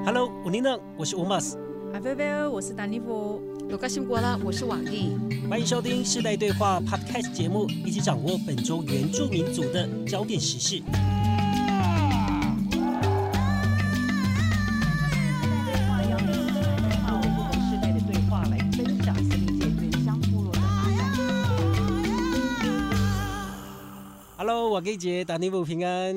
Hello， 我宁能，我是吴马斯。 阿菲菲，我是丹尼夫。 有个辛苦了，我是网丽。 欢迎收听世代对话 Podcast 节目，一起掌握本周原住民族的焦点时事。Hello， 我给姐打尼布平安。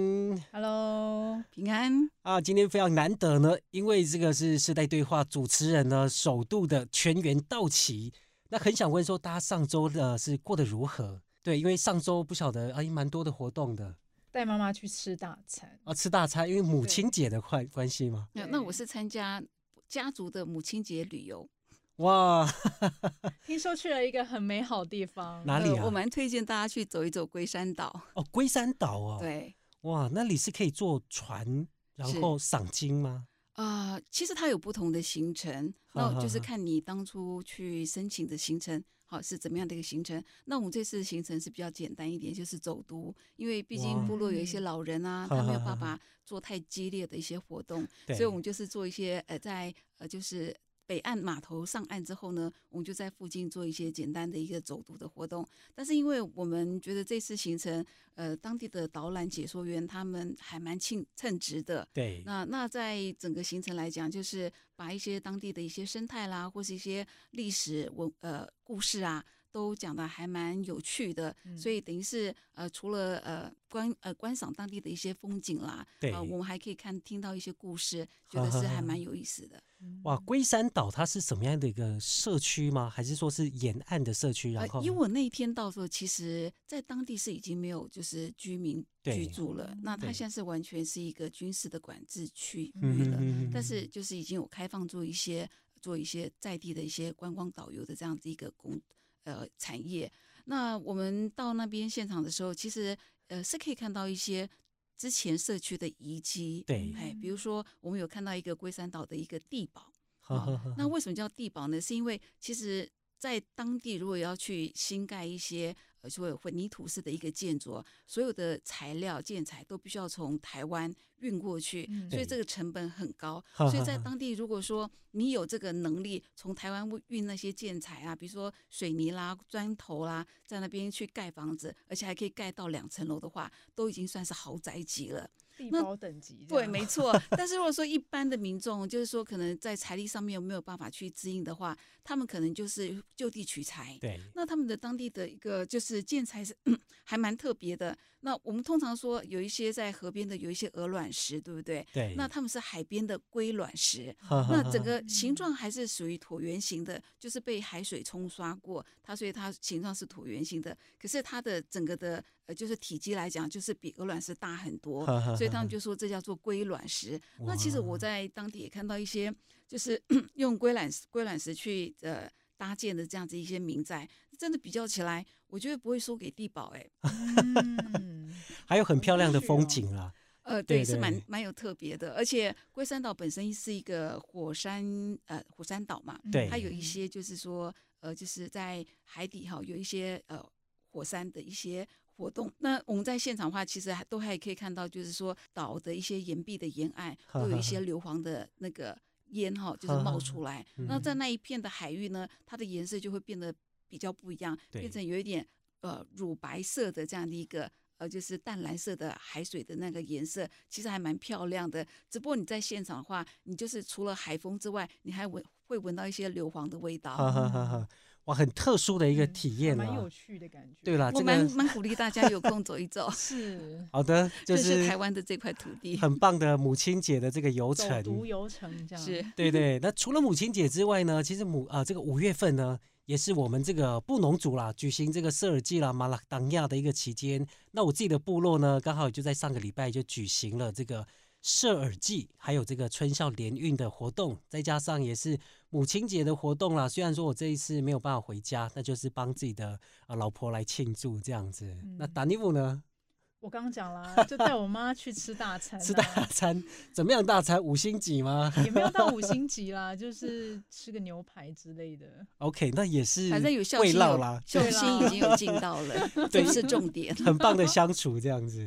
Hello， 平安啊！今天非常难得呢，因为这个是世代对话主持人呢首度的全员到齐。那很想问说，大家上周的是过得如何？对，因为上周不晓得蛮多的活动的。 带妈妈去吃大餐吃大餐，因为母亲节的关系吗？ 那我是参加家族的母亲节旅游。 哇， 听说去了一个很美好的地方， 哪里啊？ 我蛮推荐大家去走一走龟山岛。 哦，龟山岛哦。 对。 哇，那里是可以坐船，然后赏鲸吗？ 其实它有不同的行程，那就是看你当初去申请的行程，好是怎么样的一个行程。那我们这次的行程是比较简单一点，就是走读，因为毕竟部落有一些老人啊，他没有办法做太激烈的一些活动，所以我们就是做一些就是北岸码头上岸之后呢，我们就在附近做一些简单的一个走读的活动。但是因为我们觉得这次行程，当地的导览解说员他们还蛮称职的。 对。 那在整个行程来讲，就是把一些当地的一些生态啦，或是一些历史故事啊，都讲得还蛮有趣的。所以等于是除了观赏当地的一些风景啦，我们还可以听到一些故事，觉得是还蛮有意思的。 哇，龟山岛它是什么样的一个社区吗？还是说是沿岸的社区？然后因为我那一天到时候，其实在当地是已经没有就是居民居住了，那它现在是完全是一个军事的管制区域了。但是就是已经有开放做一些在地的一些观光导游的这样子一个产业。那我们到那边现场的时候，其实是可以看到一些之前社区的遗迹。 对， 比如说我们有看到一个龟山岛的一个地堡。那为什么叫地堡呢？是因为其实在当地如果要去新盖一些所有混凝土式的一个建筑，所有的材料建材都必须要从台湾运过去，所以这个成本很高。所以在当地如果说你有这个能力从台湾运那些建材啊，比如说水泥啦、砖头啦，在那边去盖房子，而且还可以盖到2层楼的话，都已经算是豪宅级了。 地包等级。 对，没错。但是如果说一般的民众，就是说可能在财力上面没有办法去支应的话，他们可能就是就地取材。 对。 那他们的当地的一个就是建材是还蛮特别的。那我们通常说有一些在河边的有一些鹅卵石，对不对？ 对。 那他们是海边的龟卵石，那整个形状还是属于椭圆形的，就是被海水冲刷过，所以它形状是椭圆形的。可是它的整个的就是体积来讲，就是比鹅卵石大很多，所以他们就说这叫做龟卵石。那其实我在当地也看到一些，就是用龟卵石去搭建的这样子一些民宅，真的比较起来，我觉得不会输给地堡。 还有很漂亮的风景啦。 对，是蛮有特别的。而且龟山岛本身是一个火山岛嘛， 对， 它有一些就是说就是在海底有一些火山的一些活动。那我们在现场的话，其实都还可以看到，就是说岛的一些岩壁的沿岸都有一些硫磺的那个烟就是冒出来。那在那一片的海域呢，它的颜色就会变得比较不一样，变成有一点乳白色的这样的一个就是淡蓝色的海水的那个颜色，其实还蛮漂亮的。只不过你在现场的话，你就是除了海风之外，你还会闻到一些硫磺的味道。 哇，很特殊的一个体验， 蛮有趣的感觉。 对啦， 我蛮鼓励大家有空走一走。 是好的，就是台湾的这块土地， 很棒的母亲节的这个游程， 走读游程这样。 是， 对。那除了母亲节之外呢，其实这个5月份呢，也是我们这个布农族啦举行这个社尔祭啦马拉当亚的一个期间。那我自己的部落呢，刚好也就在上个礼拜就举行了这个社尔祭，还有这个春孝联运的活动，再加上也是母亲节的活动啦。虽然说我这一次没有办法回家，那就是帮自己的老婆来庆祝这样子。那达尼夫呢？ 我刚刚讲了，就带我妈去吃大餐。 吃大餐怎么样？大餐5星级吗？ 也没有到5星级啦，就是吃个牛排之类的。 OK， 那也是反正有孝心啦，孝心已经有尽到了，这是重点。 很棒的相处这样子。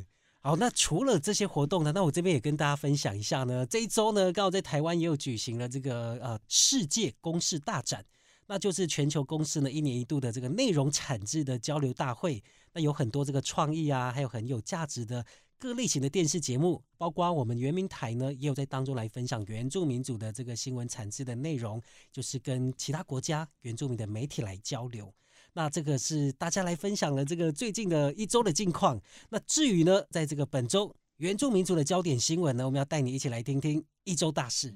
好，那除了这些活动呢，那我这边也跟大家分享一下呢。这一周呢，刚好在台湾也有举行了这个世界公视大展，那就是全球公视呢1年1度的这个内容产制的交流大会。那有很多这个创意啊，还有很有价值的各类型的电视节目，包括我们原民台呢，也有在当中来分享原住民族的这个新闻产制的内容，就是跟其他国家原住民的媒体来交流。那这个是大家来分享了这个最近的1周的近况。那至于呢，在这个本周原住民族的焦点新闻呢，我们要带你一起来听听1周大事。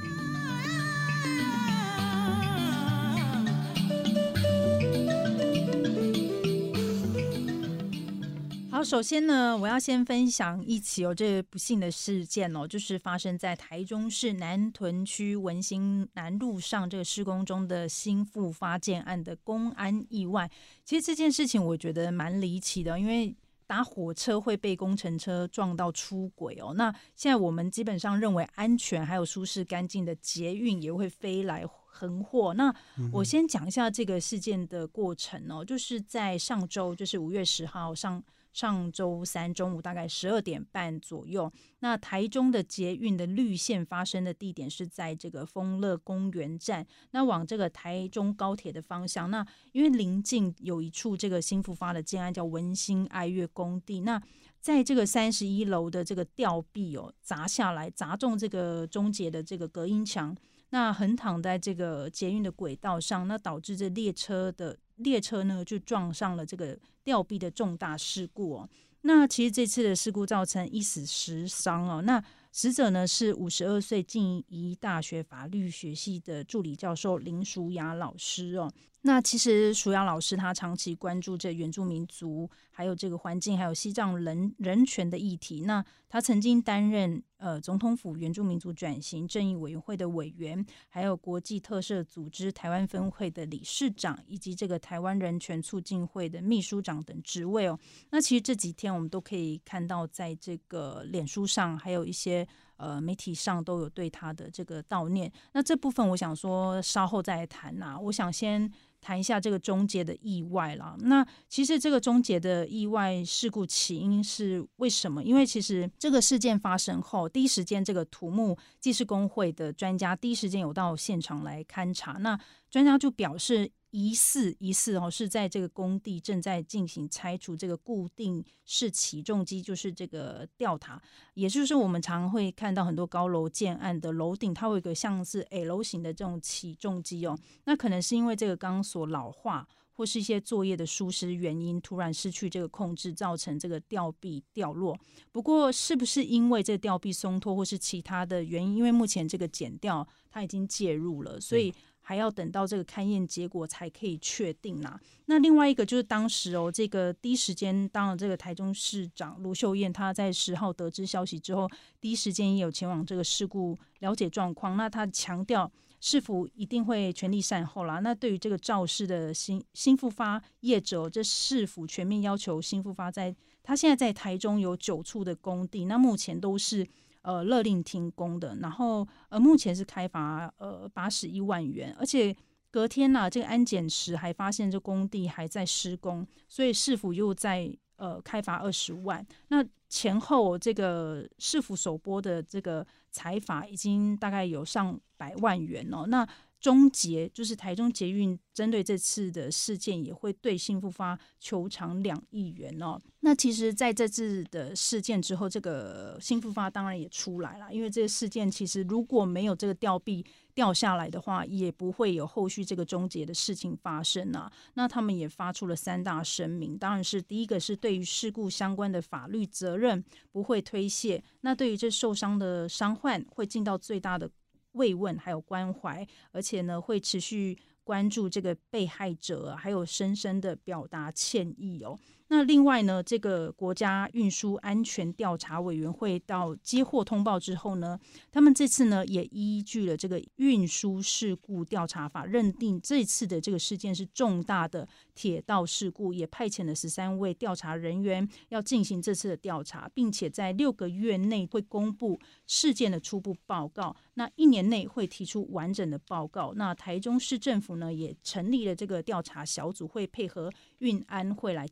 好，首先呢，我要先分享一起这不幸的事件就是发生在台中市南屯区文心南路上这个施工中的新复发建案的公安意外。其实这件事情我觉得蛮离奇的，因为搭火车会被工程车撞到出轨那现在我们基本上认为安全还有舒适干净的捷运也会飞来横祸。那我先讲一下这个事件的过程就是在上周，就是5月10号上周三中午大概12点半左右，那台中的捷运的绿线发生的地点是在这个丰乐公园站，那往这个台中高铁的方向。那因为临近有一处这个新复发的建案叫文心爱乐工地，那在这个31楼的这个吊臂砸下来，砸中这个中捷的这个隔音墙，那横躺在这个捷运的轨道上，那导致这列车呢就撞上了这个吊臂的重大事故那其实这次的事故造成1死10伤那死者呢是52岁静宜大学法律学系的助理教授林淑雅老师那其实淑雅老师他长期关注这原住民族还有这个环境还有西藏人权的议题。那他曾经担任总统府原住民族转型正义委员会的委员，还有国际特赦组织台湾分会的理事长，以及这个台湾人权促进会的秘书长等职位那其实这几天我们都可以看到在这个脸书上还有一些媒体上都有对他的这个悼念。那这部分我想说稍后再来谈我想先谈一下这个中捷的意外啦。那其实这个中捷的意外事故起因是为什么？因为其实这个事件发生后，第一时间这个土木技师工会的专家第一时间有到现场来勘察，那专家就表示疑似是在这个工地正在进行拆除这个固定式起重机，就是这个吊塔，也就是我们常会看到很多高楼建案的楼顶它会有一个像是 L 型的这种起重机那可能是因为这个钢索老化或是一些作业的疏失原因突然失去这个控制，造成这个吊臂掉落。不过是不是因为这个吊臂松脱或是其他的原因，因为目前这个检调它已经介入了，所以还要等到这个勘验结果才可以确定那另外一个就是当时这个第一时间，当然这个台中市长卢秀燕她在10号得知消息之后，第一时间也有前往这个事故了解状况。那她强调市府一定会全力善后啦。那对于这个肇事的新复发业者这市府全面要求新复发他现在在台中有9处的工地，那目前都是勒令停工的，然后目前是开罚81万元，而且隔天这个安检时还发现这工地还在施工，所以市府又在开罚20万。那前后这个市府首波的这个裁罚已经大概有上100万元那中捷就是台中捷运针对这次的事件也会对新复发求偿2亿元那其实在这次的事件之后，这个新复发当然也出来了，因为这个事件其实如果没有这个吊臂掉下来的话，也不会有后续这个中捷的事情发生那他们也发出了3大声明，当然是第一个是对于事故相关的法律责任不会推卸，那对于这受伤的伤患会尽到最大的慰问还有关怀，而且呢会持续关注这个被害者还有深深的表达歉意那另外呢，这个国家运输安全调查委员会到接获通报之后呢，他们这次呢也依据了这个运输事故调查法，认定这次的这个事件是重大的铁道事故，也派遣了13位调查人员要进行这次的调查，并且在6个月内会公布事件的初步报告，那1年内会提出完整的报告。那台中市政府呢也成立了这个调查小组，会配合运安会来进行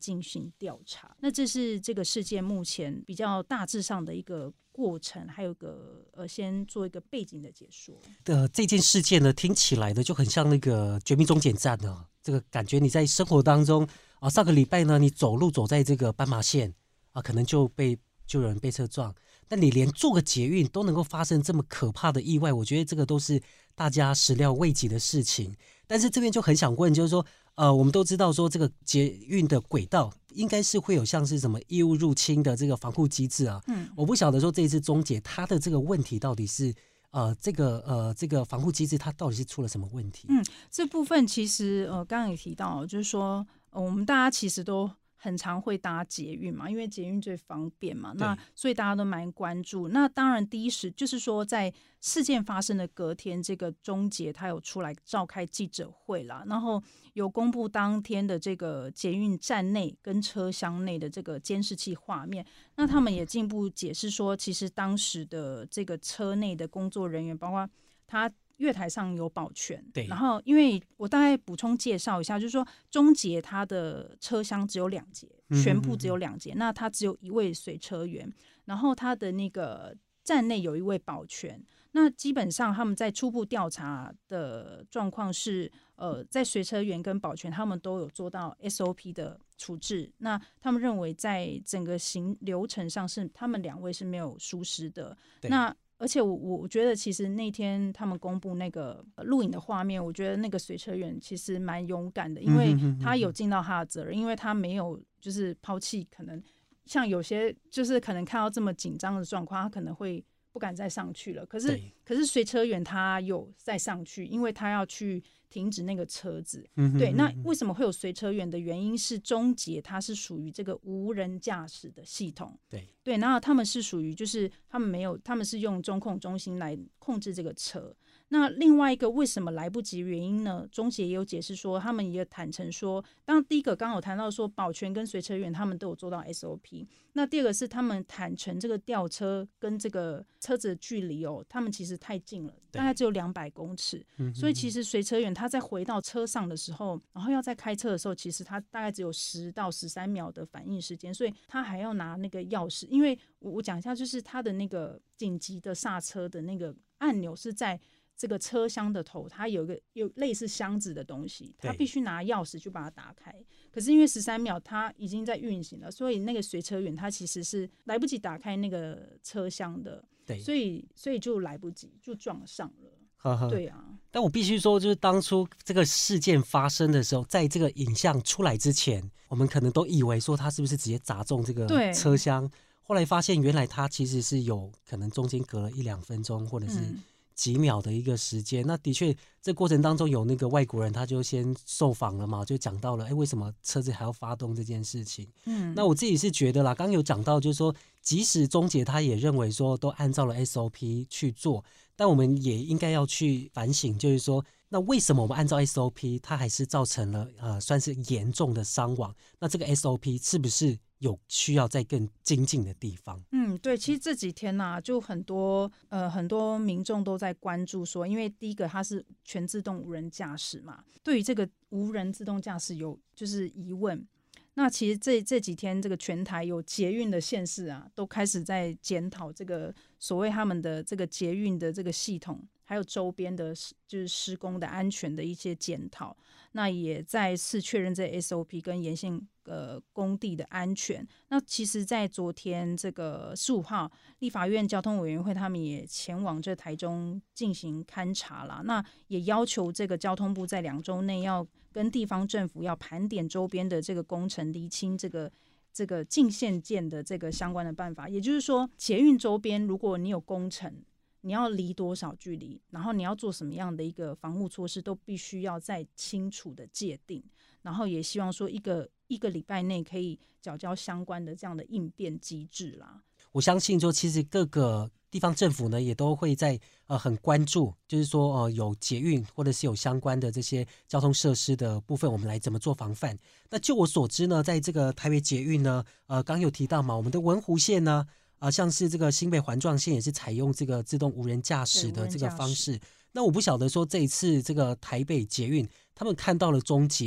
行调查。那这是这个事件目前比较大致上的一个过程，还有个先做一个背景的解说。 这件事件呢，听起来呢就很像那个《绝命终点站》呢，这个感觉你在生活当中啊，上个礼拜呢，你走路走在这个斑马线啊，可能就有人被车撞，但你连坐个捷运都能够发生这么可怕的意外，我觉得这个都是大家始料未及的事情。但是这边就很想问，就是说，我们都知道说这个捷运的轨道应该是会有像是什么异物入侵的这个防护机制啊，我不晓得说这一次终结它的这个问题到底是这个防护机制它到底是出了什么问题？ 这部分其实刚刚也提到，就是说我们大家其实都很常会搭捷运嘛，因为捷运最方便嘛，那所以大家都蛮关注。那当然第一时就是说在事件发生的隔天，这个终结他有出来召开记者会啦，然后有公布当天的这个捷运站内跟车厢内的这个监视器画面。那他们也进一步解释说，其实当时的这个车内的工作人员，包括他月台上有保全， 对。 然后因为我大概补充介绍一下，就是说终结它的车厢只有2节，全部只有2节，那它只有1位随车员，然后它的那个站内有1位保全。那基本上他们在初步调查的状况是，在随车员跟保全他们都有做到 SOP 的处置。那他们认为在整个流程上是他们2位是没有疏失的。那而且我觉得其实那天他们公布那个录影的画面，我觉得那个随车员其实蛮勇敢的，因为他有尽到他的责任，因为他没有就是抛弃，可能像有些就是可能看到这么紧张的状况，他可能会不敢再上去了。可是随车员他有再上去，因为他要去停止那个车子。对，那为什么会有随车员的原因是终结它是属于这个无人驾驶的系统。对，然后他们是属于就是他们是用中控中心来控制这个车。那另外一个为什么来不及原因呢？中协也有解释说，他们也坦诚说，当第一个刚刚有谈到说保全跟随车员他们都有做到 SOP， 那第二个是他们坦诚这个吊车跟这个车子的距离他们其实太近了，大概只有200公尺，所以其实随车员他在回到车上的时候，然后要在开车的时候，其实他大概只有10到13秒的反应时间，所以他还要拿那个钥匙，因为我讲一下，就是他的那个紧急的刹车的那个按钮是在这个车厢的头，它有类似箱子的东西，他必须拿钥匙去把它打开。可是因为13秒它已经在运行了，所以那个随车员他其实是来不及打开那个车厢的，所以就来不及，就撞上了。对啊， 但我必须说，就是当初这个事件发生的时候，在这个影像出来之前，我们可能都以为说他是不是直接砸中这个车厢，后来发现原来他其实是有可能中间隔了1-2分钟，或者是几秒的一个时间。那的确这过程当中有那个外国人他就先受访了嘛，就讲到了为什么车子还要发动这件事情。那我自己是觉得啦，刚刚有讲到就是说即使终结他也认为说都按照了 SOP 去做，但我们也应该要去反省，就是说那为什么我们按照 SOP 它还是造成了算是严重的伤亡，那这个 SOP 是不是有需要再更精进的地方？ 对，其实这几天就很多民众都在关注说，因为第一个它是全自动无人驾驶嘛，对于这个无人自动驾驶有就是疑问。那其实这几天这个全台有捷运的县市都开始在检讨这个所谓他们的这个捷运的这个系统，还有周边的就是施工的安全的一些检讨。那也再次确认这 SOP 跟沿线工地的安全。那其实在昨天这个15号立法院交通委员会他们也前往这台中进行勘查啦，那也要求这个交通部在2周内要跟地方政府要盘点周边的这个工程，厘清这个近县建的这个相关的办法。也就是说捷运周边如果你有工程，你要离多少距离，然后你要做什么样的一个防护措施，都必须要再清楚的界定。然后也希望说一个礼拜内可以缴交相关的这样的应变机制啦。 我相信说其实各个地方政府呢也都会在很关注，就是说有捷运或者是有相关的这些交通设施的部分，我们来怎么做防范。那就我所知呢，在这个台北捷运呢刚有提到嘛，我们的文湖线呢像是这个新北环状线也是采用这个自动无人驾驶的这个方式。那我不晓得说这一次这个台北捷运他们看到了终结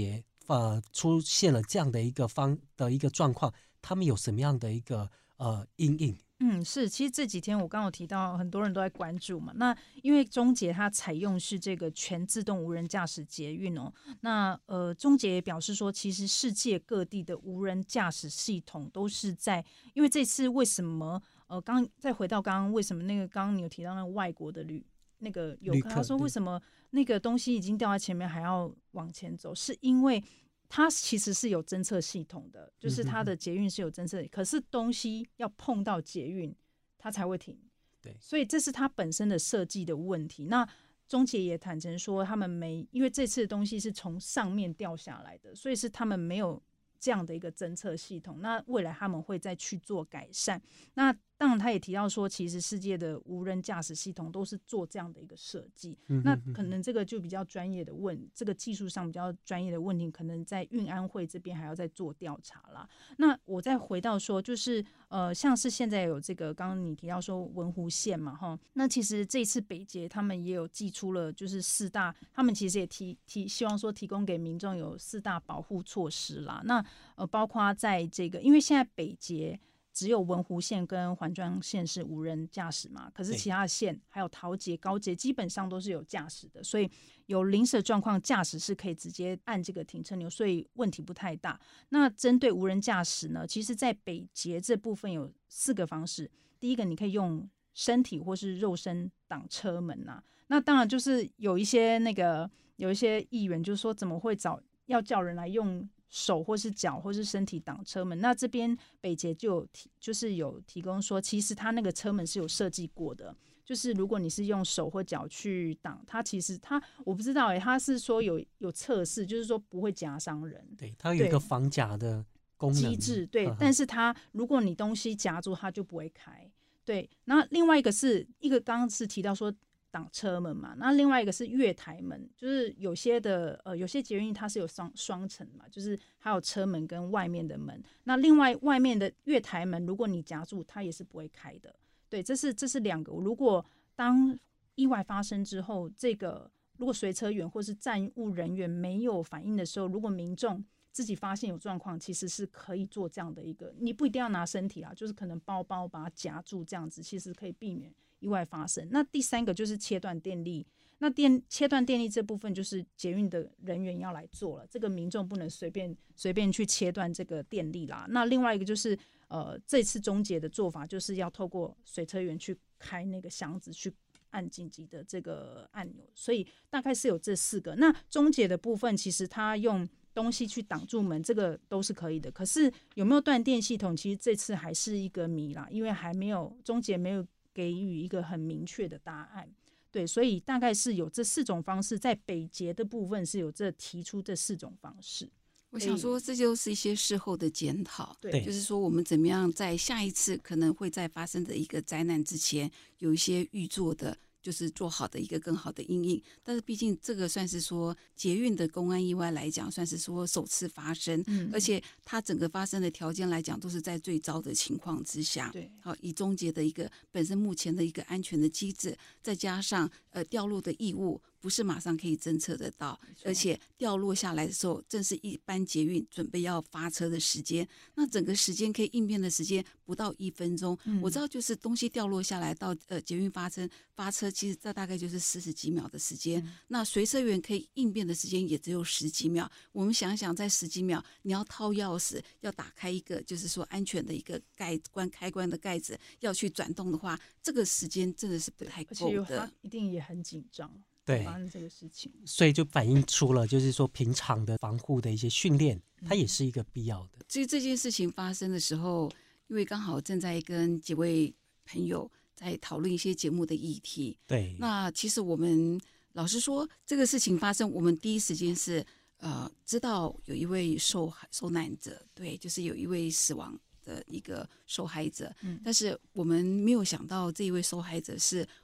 出现了这样的一个状况，他们有什么样的一个因应？ 是，其实这几天我刚刚有提到，很多人都在关注嘛。那因为中捷它采用是这个全自动无人驾驶捷运哦。那中捷也表示说，其实世界各地的无人驾驶系统都是在，因为这次为什么再回到刚刚为什么刚刚你有提到那个外国的那个游客，他说为什么那个东西已经掉在前面还要往前走，是因为它其实是有侦测系统的，就是它的捷运是有侦测，可是东西要碰到捷运它才会停， 对， 所以这是它本身的设计的问题。那中捷也坦诚说，他们因为这次的东西是从上面掉下来的，所以是他们没有这样的一个侦测系统。那未来他们会再去做改善。那当然，他也提到说，其实世界的无人驾驶系统都是做这样的一个设计。那可能这个就比较专业的这个技术上比较专业的问题，可能在运安会这边还要再做调查啦。那我再回到说，就是像是现在有这个刚刚你提到说文湖线嘛，哈，那其实这一次北捷他们也有寄出了就是4大，他们其实也希望说提供给民众有4大保护措施啦。那包括在这个，因为现在北捷只有文湖线跟环状线是无人驾驶嘛，可是其他的线还有桃捷、高捷基本上都是有驾驶的，所以有临时的状况，驾驶是可以直接按这个停车钮，所以问题不太大。那针对无人驾驶呢，其实在北捷这部分有4个方式。第一个，你可以用身体或是肉身挡车门啊。那当然就是有一些议员就是说，怎么会要叫人来用手或是脚或是身体挡车门？那这边北捷就是有提供说，其实它那个车门是有设计过的，就是如果你是用手或脚去挡，它其实我不知道它是说有测试，就是说不会夹伤人。 对，它有一个防夹的功能机制，对，但是如果你东西夹住，它就不会开。对，那另外一个刚刚是提到说挡车门嘛，那另外一个是月台门，就是有些捷运它是有双层嘛，就是还有车门跟外面的门。那另外面的月台门，如果你夹住，它也是不会开的。对，这是2个。如果当意外发生之后，如果随车员或是站务人员没有反应的时候，如果民众自己发现有状况，其实是可以做这样的一个，你不一定要拿身体啊，就是可能包包把它夹住这样子，其实可以避免意外发生。那第3个就是切断电力，那切断电力这部分就是捷运的人员要来做了，这个民众不能随便去切断这个电力啦。那另外一个就是这次中捷的做法就是要透过随车员去开那个箱子去按紧急的这个按钮，所以大概是有这4个。那中捷的部分其实它用东西去挡住门，这个都是可以的。可是有没有断电系统，其实这次还是一个谜啦，因为中捷没有给予一个很明确的答案。对，所以大概是有这4种方式，在北捷的部分是有提出这4种方式。 我想说，这就是一些事后的检讨， 对， 就是说我们怎么样在下一次可能会在发生的一个灾难之前，有一些预做的，就是做好的一个更好的因应。但是毕竟这个算是说捷运的公安意外来讲，算是说首次发生，而且它整个发生的条件来讲，都是在最糟的情况之下。 对， 好，以中捷的一个本身目前的一个安全的机制，再加上掉落的异物不是马上可以侦测得到，而且掉落下来的时候正是一般捷运准备要发车的时间，那整个时间可以应变的时间不到1分钟。我知道就是东西掉落下来到捷运发车，其实这大概就是40几秒的时间，那随车员可以应变的时间也只有10几秒。我们想想在10几秒你要掏钥匙，要打开一个就是说安全的一个开关的盖子，要去转动的话，这个时间真的是不太够的， 而且他一定也很紧张， 对， 发生这个事情， 所以就反映出了就是说平常的防护的一些训练，它也是一个必要的。 至于这件事情发生的时候，因为刚好正在跟几位朋友在讨论一些节目的议题， 对， 那其实我们老实说，这个事情发生，我们第一时间是知道有一位受难者，对，就是有一位死亡的一个受害者，但是我们没有想到这一位受害者是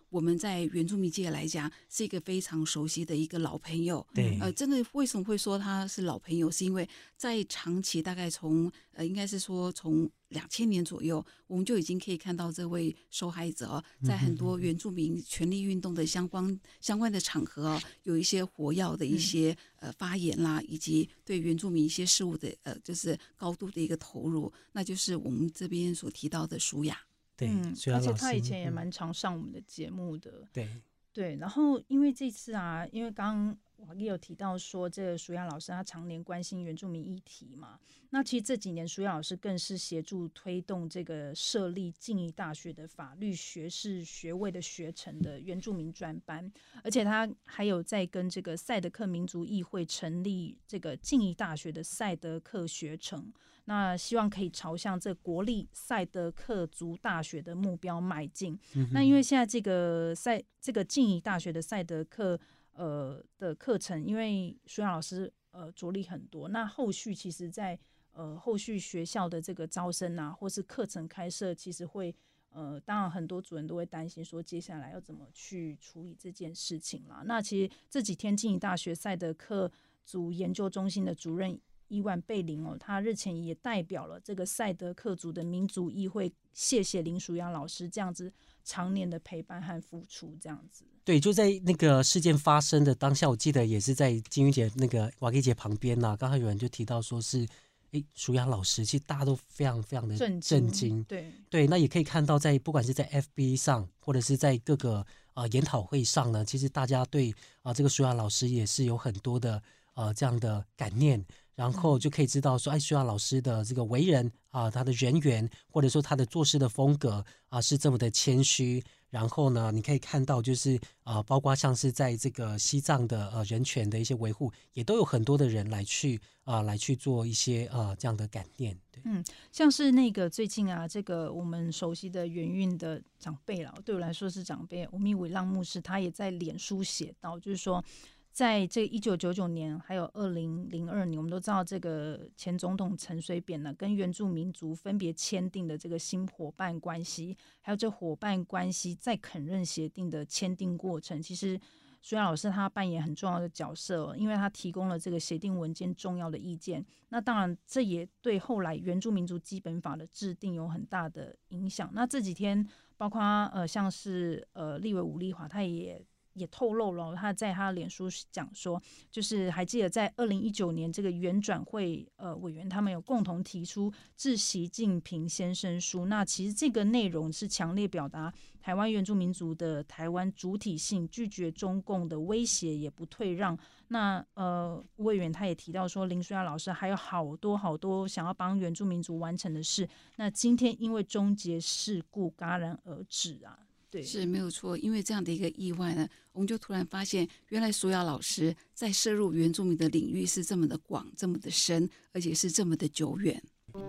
我们在原住民界来讲是一个非常熟悉的一个老朋友。 对， 真的为什么会说他是老朋友，是因为在长期大概从应该是说从2000年左右，我们就已经可以看到这位受害者在很多原住民权利运动的相关的场合有一些活跃的一些发言啦，以及对原住民一些事物的就是高度的一个投入，那就是我们这边所提到的舒雅。 对， 而且他以前也蛮常上我们的节目的。对，然后因为这次啊，因为刚刚我也有提到说，这个舒雅老师他常年关心原住民议题嘛，那其实这几年舒雅老师更是协助推动这个设立静宜大学的法律学士学位的学程的原住民专班，而且他还有在跟这个赛德克民族议会成立这个静宜大学的赛德克学程。那希望可以朝向这国立赛德克族大学的目标迈进。那因为现在这个静宜大学的赛德克的课程，因为舒雅老师着力很多，那后续其实在后续学校的这个招生啊，或是课程开设，其实会当然很多主任都会担心说接下来要怎么去处理这件事情啦。那其实这几天静宜大学赛德克族研究中心的主任伊万贝林他日前也代表了这个赛德克族的民族议会，谢谢林淑雅老师这样子常年的陪伴和付出，这样子。 对，就在那个事件发生的当下，我记得也是在金玉姐那个瓦基姐旁边呐，刚才有人就提到说是，淑雅老师，其实大家都非常非常的震惊。对，那也可以看到不管是在 FB 上，或者是在各个研讨会上呢，其实大家对这个淑雅老师也是有很多的这样的感念。然后就可以知道说，舒雅老师的这个为人他的人缘，或者说他的做事的风格是这么的谦虚。然后呢，你可以看到就是包括像是在这个西藏的人权的一些维护，也都有很多的人来去做一些这样的感念。对， 像是那个最近这个我们熟悉的原运的长辈啦，对我来说是长辈，欧米伟浪牧师，他也在脸书写到，就是说，在这1999年还有2002年，我们都知道这个前总统陈水扁呢，跟原住民族分别签订的这个新伙伴关系，还有这伙伴关系在肯认协定的签订过程，其实舒雅老师他扮演很重要的角色，因为他提供了这个协定文件重要的意见。那当然，这也对后来原住民族基本法的制定有很大的影响。那这几天，包括像是立委伍丽华，他也透露了，他在他的脸书讲说，就是还记得在2019年这个原转会委员他们有共同提出致习近平先生书，那其实这个内容是强烈表达台湾原住民族的台湾主体性，拒绝中共的威胁，也不退让。那委员他也提到说，林淑雅老师还有好多想要帮原住民族完成的事，那今天因为终结事故戛然而止啊。对， 是没有错。因为这样的一个意外呢，我们就突然发现，原来舒雅老师在涉入原住民的领域是这么的广、这么的深，而且是这么的久远。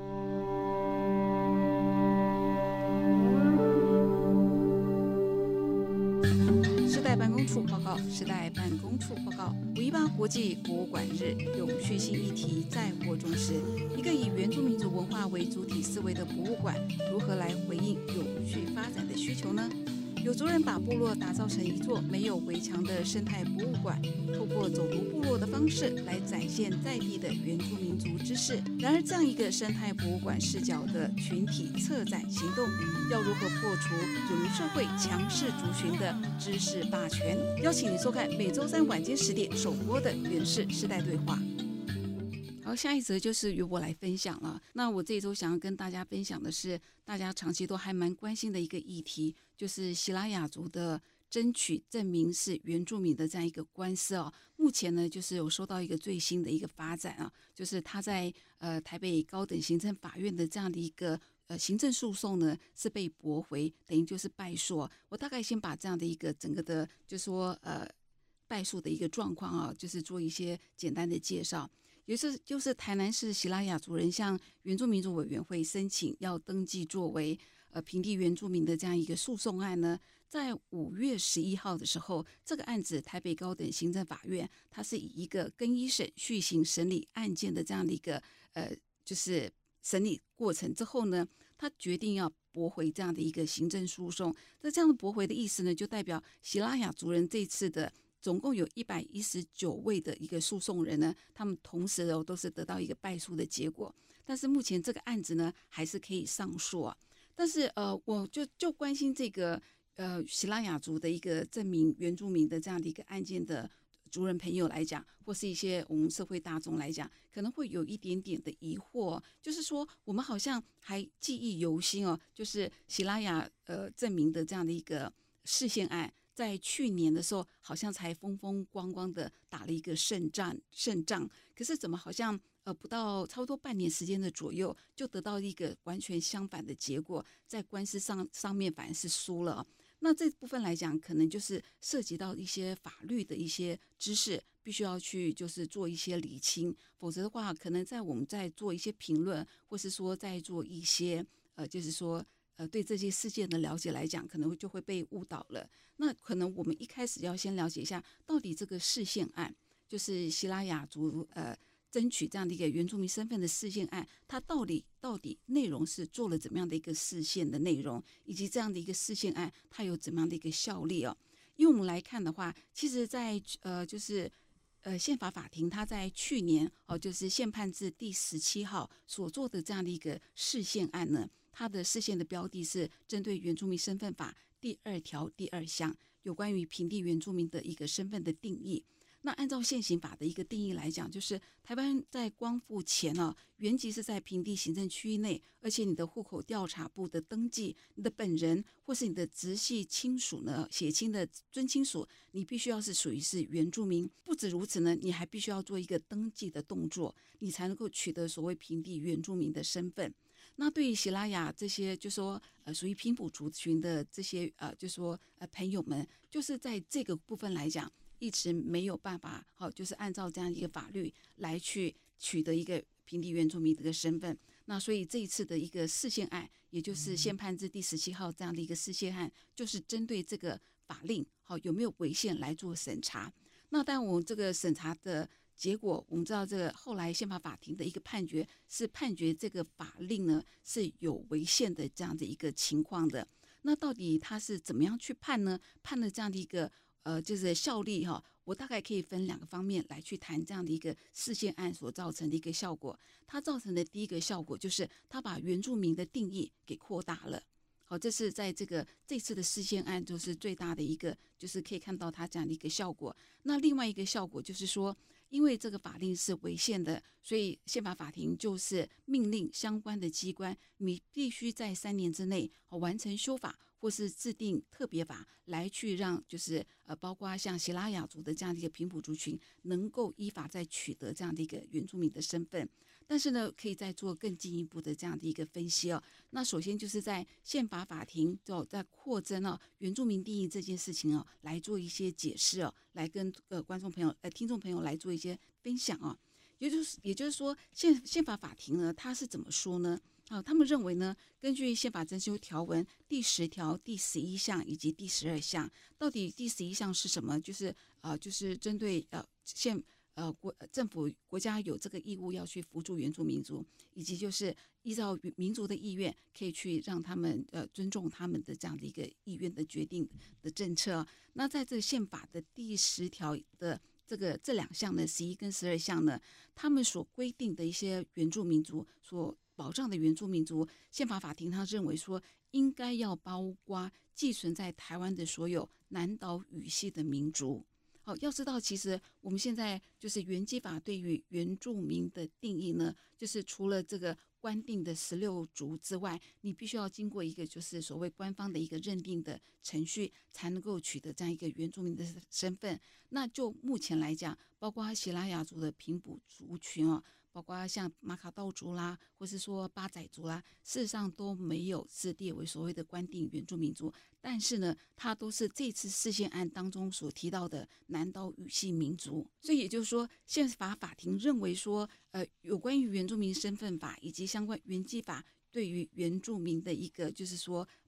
时代办公处报告，时代办公处报告，518国际博物馆日永续性议题在火中时，一个以原住民族文化为主体思维的博物馆，如何来回应永续发展的需求呢？有族人把部落打造成一座没有围墙的生态博物馆，透过走读部落的方式来展现在地的原住民族知识。然而，这样一个生态博物馆视角的群体策展行动，要如何破除主流社会强势族群的知识霸权？邀请你收看每周三晚间10点首播的《原氏世代对话》。好，下一则就是由我来分享了。那我这一周想要跟大家分享的是，大家长期都还蛮关心的一个议题，就是西拉雅族的争取证明是原住民的这样一个官司哦。目前呢，就是有收到一个最新的一个发展啊，就是他在台北高等行政法院的这样的一个行政诉讼呢是被驳回，等于就是败诉。我大概先把这样的一个整个的，就是说败诉的一个状况啊，就是做一些简单的介绍。也就是台南市西拉雅族人向原住民族委员会申请要登记作为平地原住民的这样一个诉讼案呢，在5月11号的时候，这个案子台北高等行政法院它是以一个更一审续行审理案件的这样的一个就是审理过程之后呢，他决定要驳回这样的一个行政诉讼。那这样的驳回的意思呢，就代表西拉雅族人这次的总共有119位的一个诉讼人呢，他们同时都是得到一个败诉的结果。但是目前这个案子呢，还是可以上诉啊。但是我就关心这个西拉雅族的一个证明原住民的这样的一个案件的族人朋友来讲，或是一些我们社会大众来讲，可能会有一点点的疑惑，就是说我们好像还记忆犹新哦，就是西拉雅证明的这样的一个释宪案，在去年的时候好像才风风光光的打了一个胜仗，可是怎么好像不到差不多半年时间的左右，就得到一个完全相反的结果，在官司上面反而是输了。那这部分来讲，可能就是涉及到一些法律的一些知识，必须要去就是做一些厘清，否则的话，可能我们在做一些评论，或是说在做一些就是说对这些事件的了解来讲，可能就会被误导了。那可能我们一开始要先了解一下，到底这个释宪案，就是西拉雅族争取这样的一个原住民身份的释宪案，它到底内容是做了怎么样的一个释宪的内容，以及这样的一个释宪案它有怎么样的一个效力哦？因为我们来看的话，其实在就是宪法法庭它在去年就是宪判字第17号所做的这样的一个释宪案呢，它的释宪的标的是针对原住民身份法第2条第2项有关于平地原住民的一个身份的定义。那按照现行法的一个定义来讲，就是台湾在光复前原籍是在平地行政区域内，而且你的户口调查部的登记，你的本人或是你的直系亲属呢，血亲的尊亲属，你必须要是属于是原住民。不止如此呢，你还必须要做一个登记的动作，你才能够取得所谓平地原住民的身份。那对于西拉雅这些就说属于平埔族群的这些就说朋友们，就是在这个部分来讲，一直没有办法就是按照这样一个法律来去取得一个平地原住民的一个身份。那所以这一次的一个释宪案，也就是宪判字第17号这样的一个释宪案，就是针对这个法令有没有违宪来做审查。那但我们这个审查的结果，我们知道这个后来宪法法庭的一个判决是判决这个法令呢是有违宪的这样的一个情况的。那到底他是怎么样去判呢？判了这样的一个就是效力我大概可以分2个方面来去谈这样的一个释宪案所造成的一个效果。它造成的第一个效果就是它把原住民的定义给扩大了。这是在这次的释宪案就是最大的一个，就是可以看到它这样的一个效果。那另外一个效果就是说，因为这个法令是违宪的，所以宪法法庭就是命令相关的机关，你必须在3年之内完成修法或是制定特别法，来去让就是包括像西拉雅族的这样的一个平埔族群，能够依法再取得这样的一个原住民的身份。但是呢，可以再做更进一步的这样的一个分析那首先就是在宪法法庭在扩增原住民定义这件事情来做一些解释来跟观众朋友听众朋友来做一些分享也就是说宪法法庭呢，它是怎么说呢？他们认为呢，根据宪法增修条文第10条、第11项以及第12项，到底第11项是什么？就是针对政府国家有这个义务要去扶助原住民族，以及就是依照民族的意愿，可以去让他们尊重他们的这样的一个意愿的决定的政策。那在这个宪法的第10条的这2项呢，11跟12项呢，他们所规定的一些原住民族所保障的原住民族，宪法法庭他认为说应该要包括寄存在台湾的所有南岛语系的民族。要知道其实我们现在就是原基法对于原住民的定义呢，就是除了这个官定的16族之外，你必须要经过一个就是所谓官方的一个认定的程序，才能够取得这样一个原住民的身份。那就目前来讲，包括西拉雅族的平埔族群包括像马卡道族啦，或是说巴仔族啦，事实上都没有是列为所谓的官定原住民族，但是呢，它都是这次释宪案当中所提到的南岛语系民族。所以也就是说，宪法法庭认为说，有关于原住民身份法以及相关原基法对于原住民的一个就是说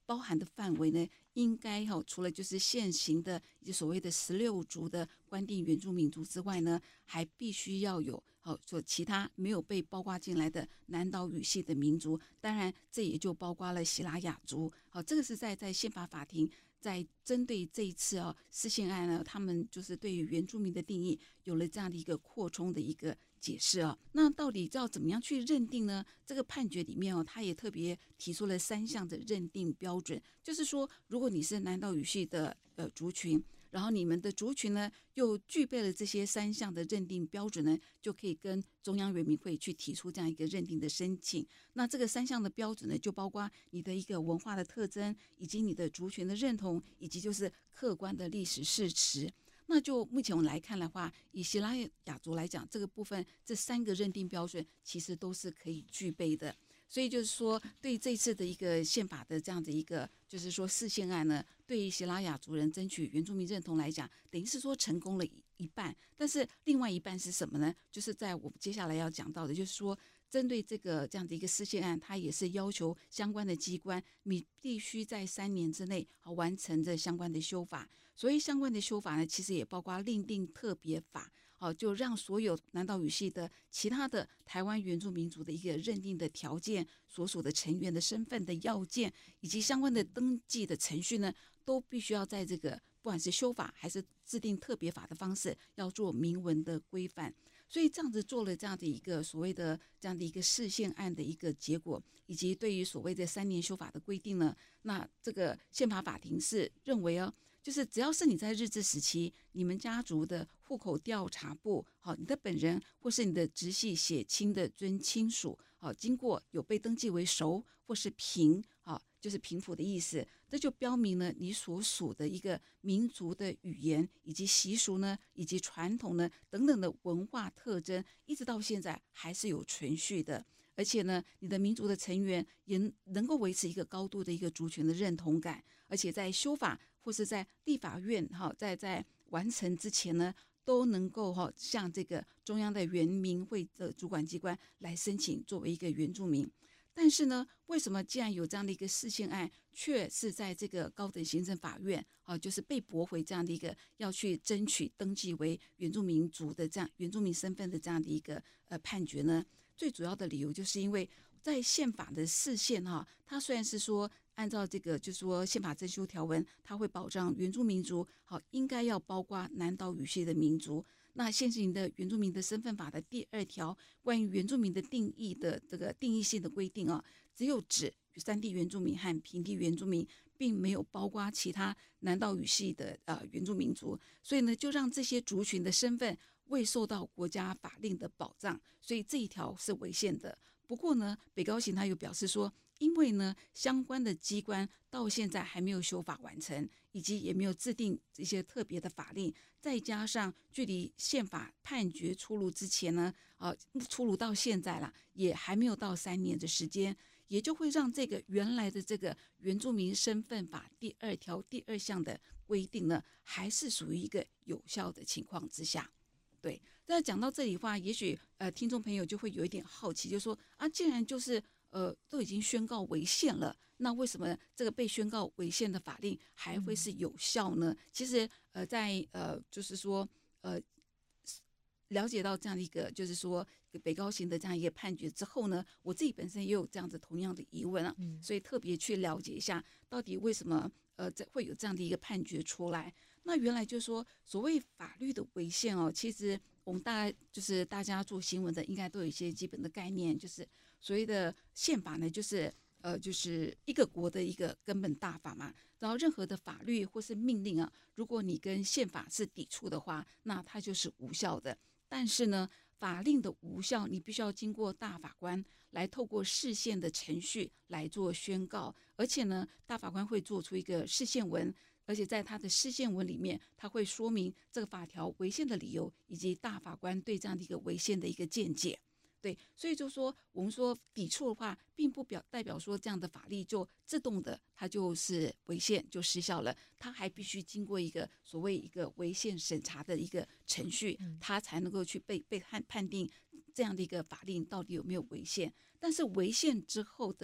包含的范围呢，应该除了就是现行的以及所谓的16族的关定原住民族之外呢，还必须要有所其他没有被包括进来的南岛语系的民族，当然这也就包括了西拉雅族。这个是在宪法法庭在针对这一次释宪案呢，他们就是对于原住民的定义有了这样的一个扩充的一个解释那到底要怎么样去认定呢？这个判决里面他也特别提出了3项的认定标准，就是说，如果你是南岛语系的族群，然后你们的族群呢又具备了这些3项的认定标准呢，就可以跟中央原民会去提出这样一个认定的申请。那这个3项的标准呢，就包括你的一个文化的特征，以及你的族群的认同，以及就是客观的历史事实。那就目前我们来看的话，以西拉雅族来讲，这个部分这3个认定标准其实都是可以具备的。所以就是说，对这次的一个宪法的这样的一个，就是说释宪案呢，对于西拉雅族人争取原住民认同来讲，等于是说成功了一半。但是另外一半是什么呢？就是在我们接下来要讲到的，就是说，针对这样的一个释宪案，它也是要求相关的机关，你必须在3年之内完成这相关的修法。所以相关的修法呢，其实也包括另定特别法。就让所有南岛语系的其他的台湾原住民族的一个认定的条件、所属的成员的身份的要件，以及相关的登记的程序呢，都必须要在这个不管是修法还是制定特别法的方式，要做明文的规范。所以这样子做了这样的一个所谓的这样的一个释宪案的一个结果，以及对于所谓的3年修法的规定呢，那这个宪法法庭是认为就是只要是你在日治时期，你们家族的户口调查簿，你的本人或是你的直系血亲的尊亲属，经过有被登记为熟或是平，就是平埔的意思，这就标明了你所属的一个民族的语言以及习俗呢，以及传统呢等等的文化特征，一直到现在还是有存续的。而且呢，你的民族的成员也能够维持一个高度的一个族群的认同感，而且在修法或是在立法院在完成之前呢，都能够向这个中央的原民会的主管机关来申请作为一个原住民。但是呢，为什么既然有这样的一个释宪案，却是在这个高等行政法院就是被驳回这样的一个要去争取登记为原住民族的这样原住民身份的这样的一个判决呢？最主要的理由就是因为在宪法的释宪它虽然是说按照这个就是说宪法增修条文，它会保障原住民族应该要包括南岛语系的民族。那现行的原住民的身份法的第2条关于原住民的定义的这个定义性的规定只有指山地原住民和平地原住民，并没有包括其他南岛语系的原住民族，所以呢，就让这些族群的身份未受到国家法令的保障，所以这一条是违宪的。不过呢，北高行他又表示说，因为呢相关的机关到现在还没有修法完成，以及也没有制定一些特别的法令，再加上距离宪法判决出炉之前呢，出炉到现在了，也还没有到3年的时间，也就会让这个原来的这个原住民身份法第2条第2项的规定呢，还是属于一个有效的情况之下。对，那讲到这里的话，也许听众朋友就会有一点好奇，就是说既然就是都已经宣告违宪了，那为什么这个被宣告违宪的法令还会是有效呢？其实在就是说了解到这样的一个就是说北高行的这样一个判决之后呢，我自己本身也有这样子同样的疑问所以特别去了解一下到底为什么会有这样的一个判决出来。那原来就是说，所谓法律的违宪其实我们就是大家做新闻的应该都有一些基本的概念，就是所谓的宪法呢，就是一个国的一个根本大法嘛。然后任何的法律或是命令如果你跟宪法是抵触的话，那它就是无效的。但是呢，法令的无效，你必须要经过大法官来透过释宪的程序来做宣告，而且呢，大法官会做出一个释宪文。而且在他的释宪文里面，他会说明这个法条违宪的理由，以及大法官对这样的一个违宪的一个见解。对，所以就说我们说抵触的话，并不代表说这样的法律就自动的它就是违宪就失效了，它还必须经过一个所谓一个违宪审查的一个程序，它才能够去被判定这样的一个法令到底有没有违宪。但是违宪之后的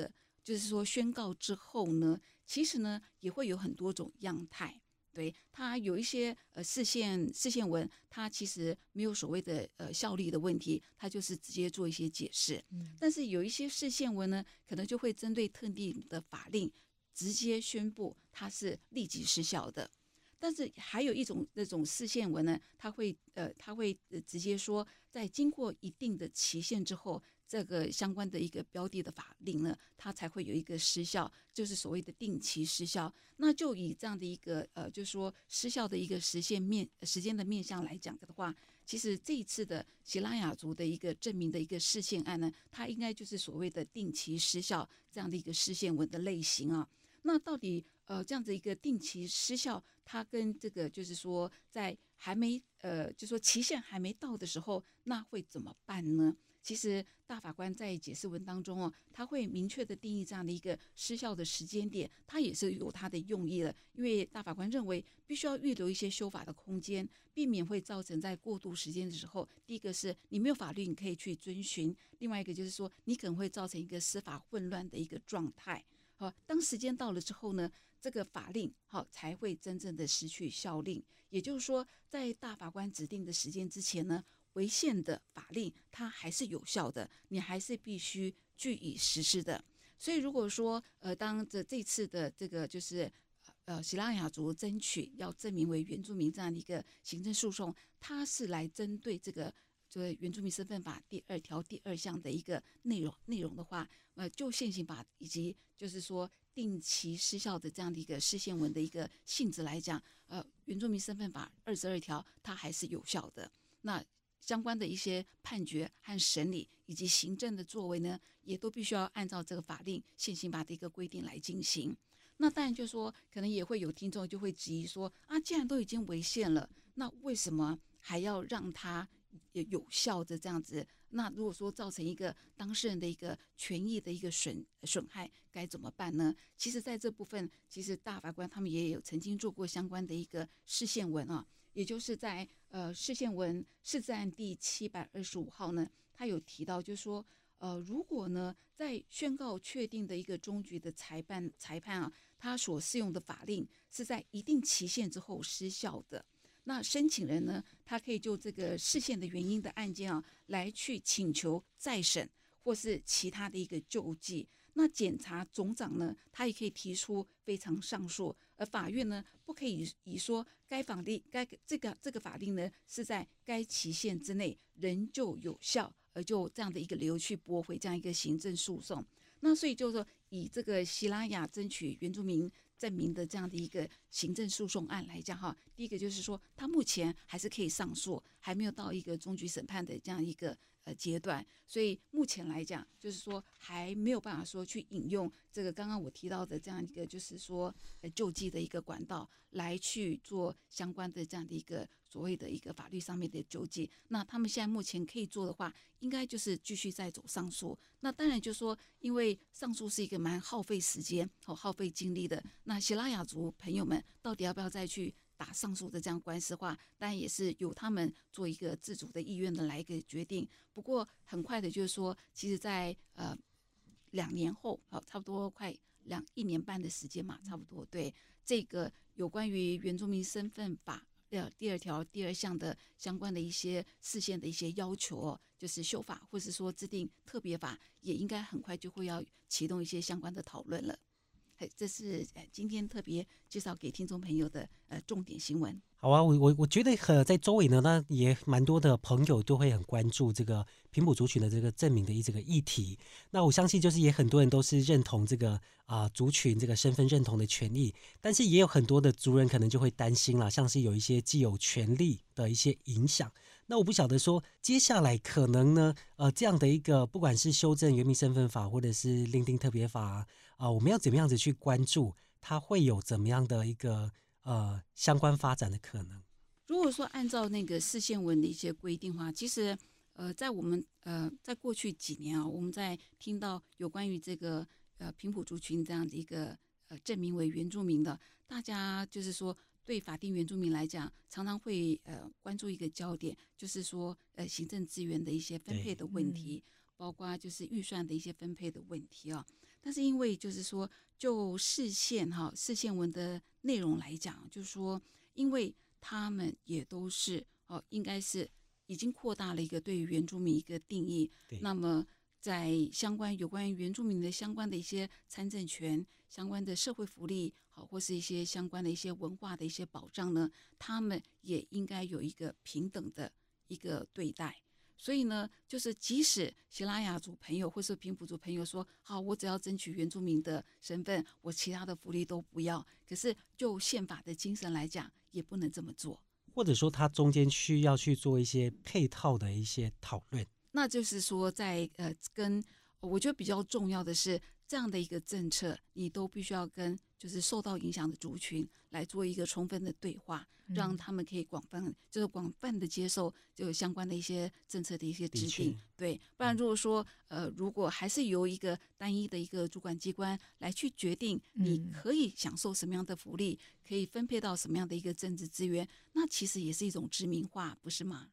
就是说宣告之后呢，其实呢也会有很多种样态。对，它有一些释宪文，它其实没有所谓的效力的问题，它就是直接做一些解释。但是有一些释宪文呢，可能就会针对特定的法令直接宣布它是立即失效的。但是还有一种那种释宪文呢，它会直接说，在经过一定的期限之后，这个相关的一个标的的法令呢，它才会有一个失效，就是所谓的定期失效。那就以这样的一个就是说失效的一个时间的面向来讲的话，其实这一次的喜拉雅族的一个证明的一个释宪案呢，它应该就是所谓的定期失效这样的一个释宪文的类型啊。那到底这样子一个定期失效，它跟这个就是说在还没就是说期限还没到的时候，那会怎么办呢？其实大法官在解释文当中哦，他会明确的定义这样的一个失效的时间点，他也是有他的用意的。因为大法官认为必须要预留一些修法的空间，避免会造成在过渡时间的时候，第一个是你没有法律你可以去遵循，另外一个就是说你可能会造成一个司法混乱的一个状态。好，当时间到了之后呢，这个法令才会真正的失去效力。也就是说，在大法官指定的时间之前呢，违宪的法令它还是有效的，你还是必须据以实施的。所以如果说当这次的这个就是喜拉雅族争取要证明为原住民这样的一个行政诉讼，它是来针对这个就是原住民身份法第2条第2项的一个内容的话，就现行法以及就是说定期失效的这样的一个释宪文的一个性质来讲，原住民身份法22条它还是有效的。那相关的一些判决和审理以及行政的作为呢，也都必须要按照这个法令现行法的一个规定来进行。那当然就说，可能也会有听众就会质疑说，既然都已经违宪了，那为什么还要让它有效的这样子？那如果说造成一个当事人的一个权益的一个损害，该怎么办呢？其实在这部分，其实大法官他们也有曾经做过相关的一个释宪文啊，也就是在释宪文释字案第725号呢，他有提到就是说，如果呢在宣告确定的一个终局的裁判啊，他所适用的法令是在一定期限之后失效的，那申请人呢，他可以就这个释宪的原因的案件啊，来去请求再审或是其他的一个救济。那检察总长呢，他也可以提出非常上诉，而法院呢，不可以以说这个法令呢是在该期限之内仍旧有效，而就这样的一个理由去驳回这样一个行政诉讼。那所以就是说，以这个喜拉雅争取原住民证明的这样的一个行政诉讼案来讲哈，第一个就是说，他目前还是可以上诉，还没有到一个终局审判的这样一个阶段，所以目前来讲，就是说还没有办法说去引用这个刚刚我提到的这样一个就是说救济的一个管道来去做相关的这样的一个所谓的一个法律上面的救济。那他们现在目前可以做的话，应该就是继续再走上诉。那当然就是说，因为上诉是一个蛮耗费时间耗费精力的，那喜拉雅族朋友们到底要不要再去打上诉的这样官司的话，当然也是由他们做一个自主的意愿的来一个决定。不过很快的就是说，其实在2年后，差不多快1年半的时间嘛，差不多对这个有关于原住民身份法第2条第2项的相关的一些释宪的一些要求就是修法或是说制定特别法，也应该很快就会要启动一些相关的讨论了。这是今天特别介绍给听众朋友的重点新闻。 好啊，我觉得在周围呢，那也蛮多的朋友都会很关注这个平埔族群的这个证明的这个议题。那我相信就是也很多人都是认同这个族群这个身份认同的权益，但是也有很多的族人可能就会担心啦，像是有一些既有权利的一些影响。那我不晓得说接下来可能呢这样的一个不管是修正原民身份法或者是另定特别法我们要怎么样子去关注它会有怎么样的一个相关发展的可能。 如果说按照那个释宪文的一些规定的话，其实在我们在过去几年我们在听到有关于这个平埔族群这样的一个证明为原住民的，大家就是说对法定原住民来讲，常常会关注一个焦点，就是说行政资源的一些分配的问题，包括就是预算的一些分配的问题但是因为就是说，就释宪文的内容来讲，就是说，因为他们也都是应该是已经扩大了一个对于原住民一个定义。那么在有关于原住民的相关的一些参政权、相关的社会福利，或是一些相关的一些文化的一些保障呢，他们也应该有一个平等的一个对待。所以呢，就是即使西拉雅族朋友或是平埔族朋友说，好，我只要争取原住民的身份，我其他的福利都不要。可是就宪法的精神来讲，也不能这么做。 或者说，它中间需要去做一些配套的一些讨论。 那就是说在，我觉得比较重要的是，这样的一个政策，你都必须要跟就是受到影响的族群来做一个充分的对话，让他们可以广泛的接受就相关的一些政策的一些制定。对，不然如果说如果还是由一个单一的一个主管机关来去决定你可以享受什么样的福利，可以分配到什么样的一个政治资源，那其实也是一种殖民化，不是吗？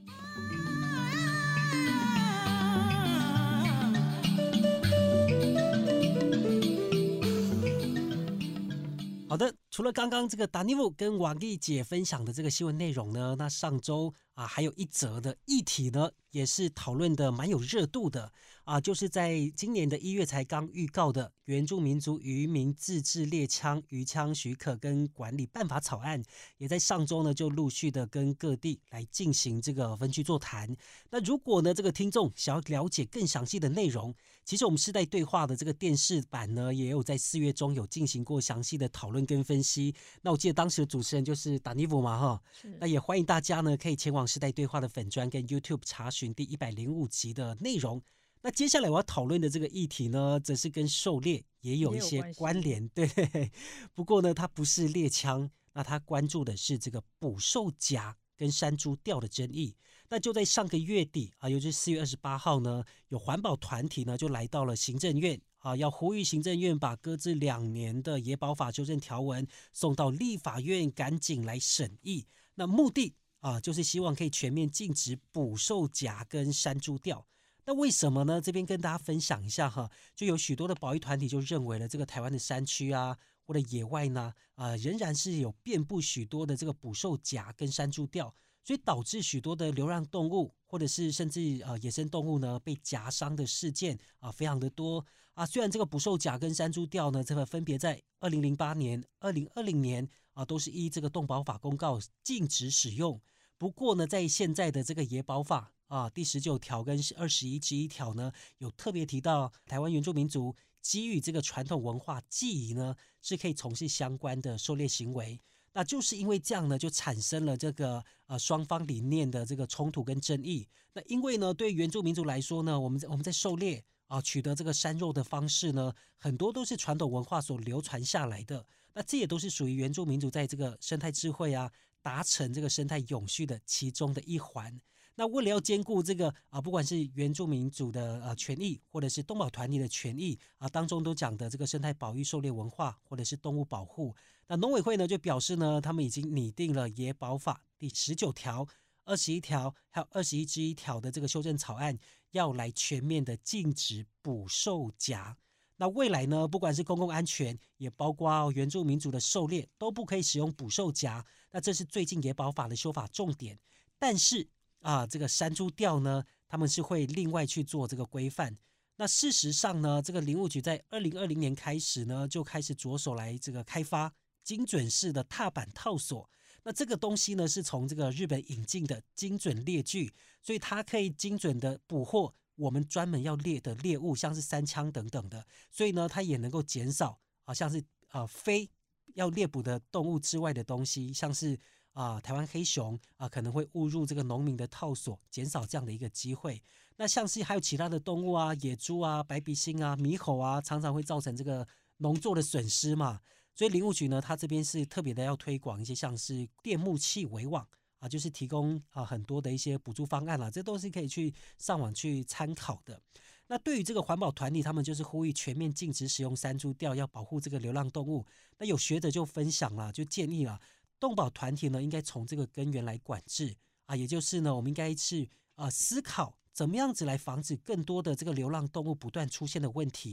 好的，除了刚刚这个达尼夫跟王丽姐分享的这个新闻内容呢，那上周还有一则的议题呢，也是讨论的蛮有热度的就是在今年的1月才刚预告的原住民族渔民自治猎枪渔枪许可跟管理办法草案，也在上周呢就陆续的跟各地来进行这个分区座谈。那如果呢这个听众想要了解更详细的内容，其实我们世代对话的这个电视版呢，也有在4月中有进行过详细的讨论跟分析。那我记得当时的主持人就是达尼夫嘛那也欢迎大家呢可以前往世代对话的粉专跟 YouTube 查询第105集的内容。那接下来我要讨论的这个议题呢，则是跟狩猎也有一些关联，对。不过呢，它不是猎枪，那它关注的是这个捕兽夹跟山猪钓的争议。那就在上个月底也就是4月28号呢，有环保团体呢就来到了行政院要呼吁行政院把搁置2年的野保法修正条文送到立法院赶紧来审议。那目的就是希望可以全面禁止捕兽夹跟山猪钓。那为什么呢？这边跟大家分享一下就有许多的保育团体就认为了这个台湾的山区或者野外呢仍然是有遍布许多的这个捕兽夹跟山猪钓，所以导致许多的流浪动物或者是甚至野生动物呢被夹伤的事件非常的多虽然这个捕兽夹跟山猪钓呢，这个分别在2008年、2020年都是依这个动保法公告禁止使用。不过呢，在现在的这个野保法第19条跟21之1条呢，有特别提到台湾原住民族基于这个传统文化记忆呢，是可以从事相关的狩猎行为。那就是因为这样呢，就产生了这个双方理念的这个冲突跟争议。那因为呢，对原住民族来说呢，我们在狩猎取得这个山肉的方式呢，很多都是传统文化所流传下来的。那这也都是属于原住民族在这个生态智慧达成这个生态永续的其中的一环。那为了要兼顾这个不管是原住民族的权益，或者是动保团体的权益当中都讲的这个生态保育、狩猎文化，或者是动物保护，那农委会呢就表示呢，他们已经拟定了野保法第19条、21条还有21之1条的这个修正草案，要来全面的禁止捕兽夹。那未来呢，不管是公共安全，也包括原住民族的狩猎，都不可以使用捕兽夹。那这是最近野保法的修法重点。但是这个山猪钓呢，他们是会另外去做这个规范。那事实上呢，这个林务局在2020年开始呢，就开始着手来这个开发精准式的踏板套索。那这个东西呢，是从这个日本引进的精准猎具，所以它可以精准的捕获我们专门要猎的猎物，像是山羌等等的。所以呢，它也能够减少像是非要猎捕的动物之外的东西，像是台湾黑熊可能会误入这个农民的套索，减少这样的一个机会。那像是还有其他的动物野猪白鼻星猕猴常常会造成这个农作的损失嘛。所以林务局呢，它这边是特别的要推广一些像是电木器围网就是提供很多的一些补助方案这都是可以去上网去参考的。那对于这个环保团体，他们就是呼吁全面禁止使用山猪钓，要保护这个流浪动物。那有学者就分享了，就建议动保团体呢应该从这个根源来管制也就是呢，我们应该去思考怎么样子来防止更多的这个流浪动物不断出现的问题。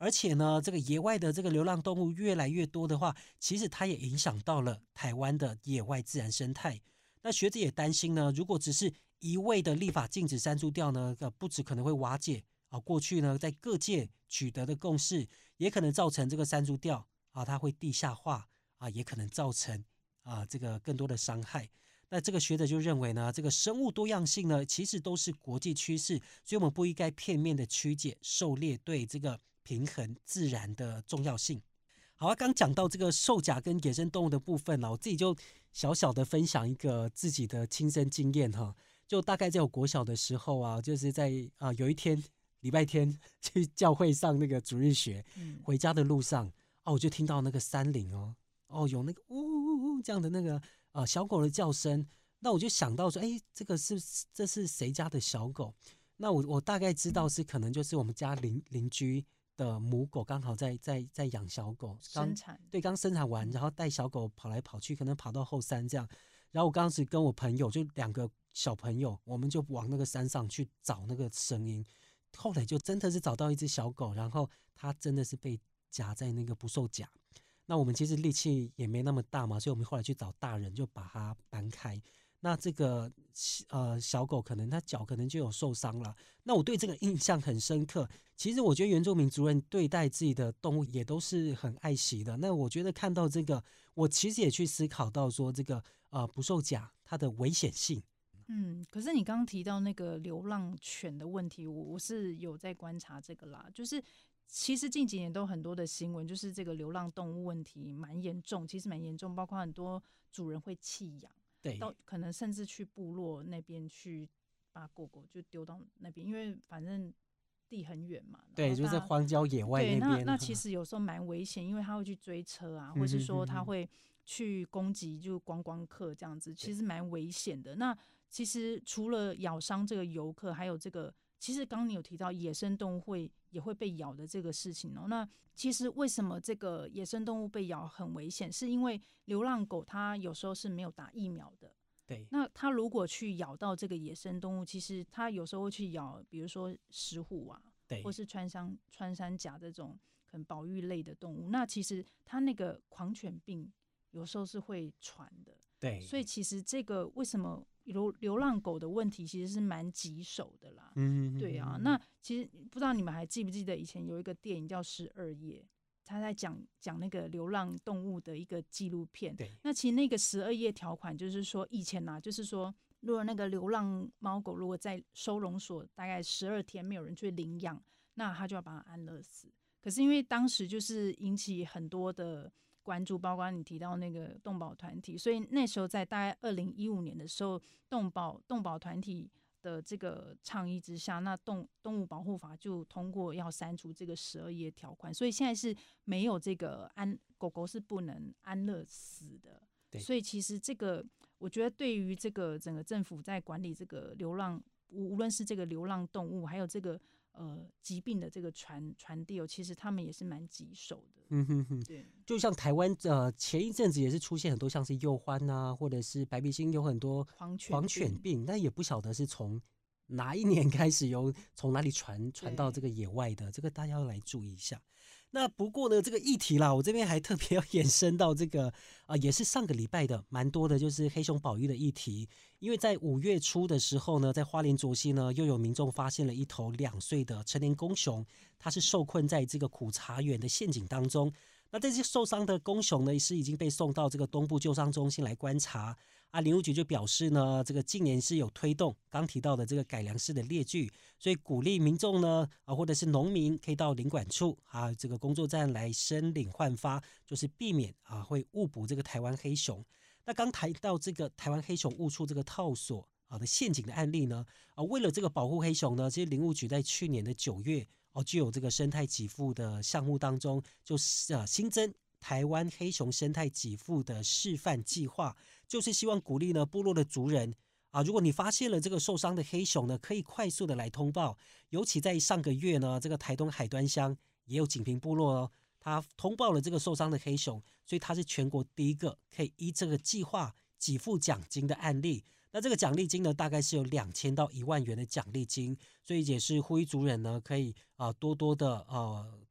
而且呢，这个野外的这个流浪动物越来越多的话，其实它也影响到了台湾的野外自然生态。那学者也担心呢，如果只是一味的立法禁止山猪钓呢，不止可能会瓦解过去呢在各界取得的共识，也可能造成这个山猪钓它会地下化也可能造成这个更多的伤害。那这个学者就认为呢，这个生物多样性呢，其实都是国际趋势，所以我们不应该片面的曲解狩猎对这个平衡自然的重要性。好刚讲到这个兽甲跟野生动物的部分我自己就小小的分享一个自己的亲身经验就大概在我国小的时候就是在有一天礼拜天去教会上那个主日学，回家的路上我就听到那个山林有那个呜呜呜这样的那个小狗的叫声，那我就想到说，这是谁家的小狗？那我大概知道是可能就是我们家邻居的母狗刚好在养小狗，刚生产完，然后带小狗跑来跑去，可能跑到后山这样。然后我当时跟我朋友就2个小朋友，我们就往那个山上去找那个声音，后来就真的是找到一只小狗，然后它真的是被夹在那个捕兽夹。那我们其实力气也没那么大嘛，所以我们后来去找大人就把它搬开。那这个小狗可能它脚可能就有受伤了。那我对这个印象很深刻。其实我觉得原住民族人对待自己的动物也都是很爱惜的。那我觉得看到这个，我其实也去思考到说这个捕兽夹它的危险性。 可是你刚刚提到那个流浪犬的问题，我是有在观察这个啦，就是其实近几年都很多的新闻，就是这个流浪动物问题蛮严重，其实蛮严重，包括很多主人会弃养， 对， 到可能甚至去部落那边去把狗狗就丢到那边，因为反正地很远嘛。 对，就是荒郊野外那边。 那其实有时候蛮危险，因为他会去追车或是说他会去攻击就观光客这样子，其实蛮危险的。那其实除了咬伤这个游客，还有这个，其实刚刚你有提到野生动物也会被咬的这个事情那其实为什么这个野生动物被咬很危险？是因为流浪狗它有时候是没有打疫苗的。 对， 那它如果去咬到这个野生动物，其实它有时候会去咬，比如说石虎对，或是穿山甲这种可能保育类的动物。那其实它那个狂犬病有时候是会传的。 对， 所以其实这个为什么流浪狗的问题其实是蛮棘手的啦。对啊。那其实不知道你们还记不记得以前有一个电影叫《12夜》，他在讲那个流浪动物的一个纪录片。 对， 那其实那个12夜条款就是说，以前就是说，如果那个流浪猫狗如果在收容所大概12天没有人去领养，那他就要把它安乐死。可是因为当时就是引起很多的关注，包括你提到那个动保团体，所以那时候在大概2015年的时候，动保团体的这个倡议之下，那动物保护法就通过要删除这个12页条款，所以现在是没有这个狗狗是不能安乐死的。所以其实这个我觉得对于这个整个政府在管理这个流浪，无论是这个流浪动物，还有这个疾病的这个传递其实他们也是蛮棘手的。对， 就像台湾前一阵子也是出现很多像是鼬獾或者是白鼻星，有很多狂犬病，但也不晓得是从哪一年开始从哪里传到这个野外的，这个大家要来注意一下。那不过呢，这个议题啦，我这边还特别要延伸到这个也是上个礼拜的蛮多的，就是黑熊保育的议题。因为在5月初的时候呢，在花莲卓溪呢，又有民众发现了一头2岁的成年公熊，它是受困在这个苦茶园的陷阱当中。那这些受伤的公熊呢，是已经被送到这个东部救伤中心来观察。林务局就表示呢，这个近年是有推动刚提到的这个改良式的猎具，所以鼓励民众呢或者是农民可以到领管处这个工作站来申领换发，就是避免会误捕这个台湾黑熊。那刚谈到这个台湾黑熊误触这个套索的陷阱的案例呢，为了这个保护黑熊呢，其实林务局在去年的9月就有这个生态给付的项目当中，就是新增台湾黑熊生态给付的示范计划，就是希望鼓励呢部落的族人如果你发现了这个受伤的黑熊呢，可以快速的来通报。尤其在上个月呢，这个台东海端乡也有锦屏部落他通报了这个受伤的黑熊，所以他是全国第一个可以依这个计划给付奖金的案例。那这个奖励金呢，大概是有2000到1万元的奖励金，所以也是呼吁族人呢可以多多的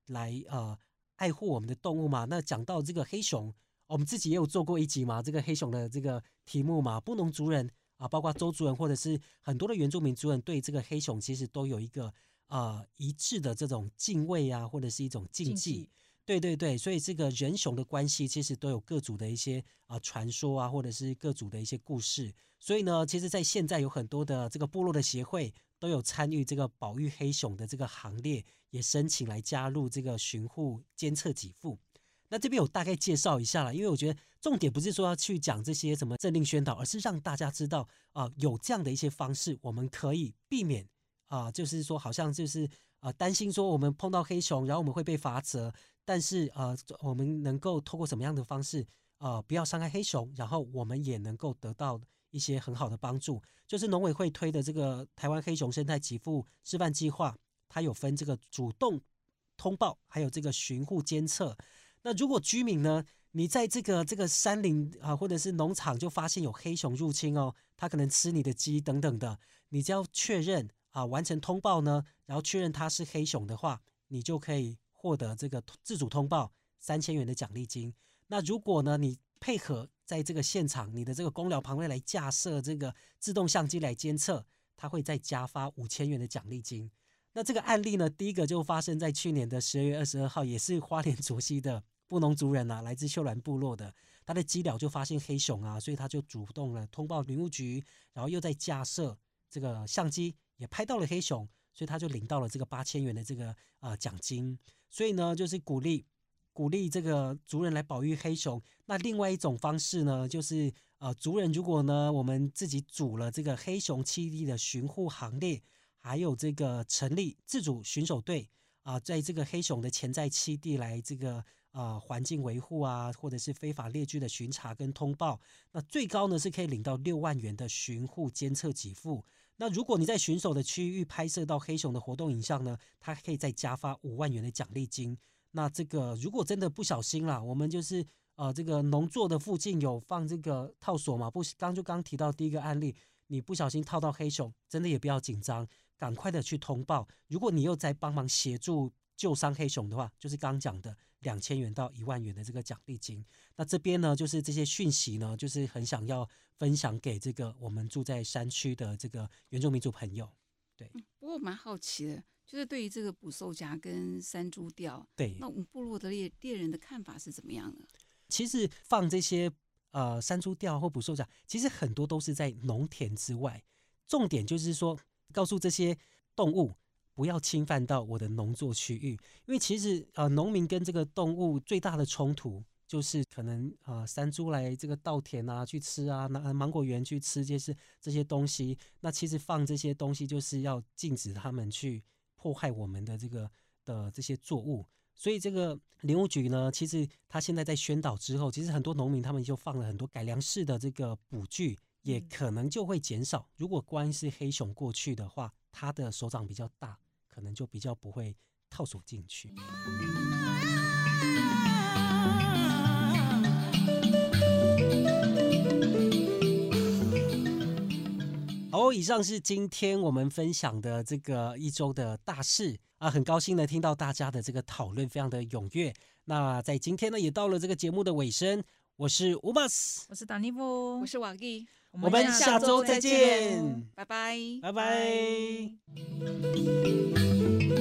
来爱护我们的动物嘛。那讲到这个黑熊，我们自己也有做过一集嘛，这个黑熊的这个题目嘛，布农族人包括邹族人或者是很多的原住民族人对这个黑熊其实都有一个一致的这种敬畏啊，或者是一种禁忌。对对对，所以这个人熊的关系其实都有各组的一些传说啊，或者是各组的一些故事。所以呢，其实在现在有很多的这个部落的协会都有参与这个保育黑熊的这个行列，也申请来加入这个巡护监测给付。那这边我大概介绍一下啦，因为我觉得重点不是说要去讲这些什么政令宣导，而是让大家知道有这样的一些方式，我们可以避免就是说好像就是担心说我们碰到黑熊，然后我们会被罚则，但是我们能够透过什么样的方式不要伤害黑熊，然后我们也能够得到一些很好的帮助。就是农委会推的这个台湾黑熊生态给付示范计划，它有分这个主动通报，还有这个巡护监测。那如果居民呢，你在这个山林或者是农场就发现有黑熊入侵哦，它可能吃你的鸡等等的，你只要确认完成通报呢，然后确认它是黑熊的话，你就可以获得这个自主通报3000元的奖励金。那如果呢，你配合在这个现场你的这个公寮旁边来架设这个自动相机来监测，它会再加发5000元的奖励金。那这个案例呢，第一个就发生在去年的12月22号，也是花莲卓溪的布农族人来自秀兰部落的，他的鸡寮就发现黑熊所以他就主动了通报林务局，然后又在架设这个相机，也拍到了黑熊，所以他就领到了这个8000元的这个奖金。所以呢，就是鼓励这个族人来保育黑熊。那另外一种方式呢，就是族人如果呢，我们自己组了这个黑熊栖地的巡护行列，还有这个成立自主巡守队在这个黑熊的潜在栖地来这个环境维护或者是非法猎具的巡查跟通报，那最高呢是可以领到6万元的巡护监测给付。那如果你在巡守的区域拍摄到黑熊的活动影像呢，它可以再加发5万元的奖励金。那这个如果真的不小心啦，我们就是这个农作的附近有放这个套索嘛，刚提到第一个案例，你不小心套到黑熊，真的也不要紧张，赶快的去通报。如果你又在帮忙协助救伤黑熊的话，就是刚讲的2000元到1万元的这个奖励金。那这边呢，就是这些讯息呢，就是很想要分享给这个我们住在山区的这个原住民族朋友。对， 不过我蛮好奇的，就是对于这个捕兽夹跟山猪钓， 对， 那我们部落的猎人的看法是怎么样呢？ 其实放这些山猪钓或捕兽夹，其实很多都是在农田之外，重点就是说告诉这些动物不要侵犯到我的农作区域。因为其实农民跟这个动物最大的冲突就是可能山猪来这个稻田去吃拿芒果园去吃这些东西。那其实放这些东西就是要禁止他们去破坏我们的这些作物。所以这个林务局呢，其实他现在在宣导之后，其实很多农民他们就放了很多改良式的这个捕具，也可能就会减少。如果光是黑熊过去的话，它的手掌比较大，可能就比较不会套索进去。好，以上是今天我们分享的这个一周的大事很高兴的听到大家的这个讨论非常的踊跃。那在今天呢，也到了这个节目的尾声，我是乌巴斯， 我是达尼夫， 我是瓦吉， 我们下周再见， 拜拜， 拜拜。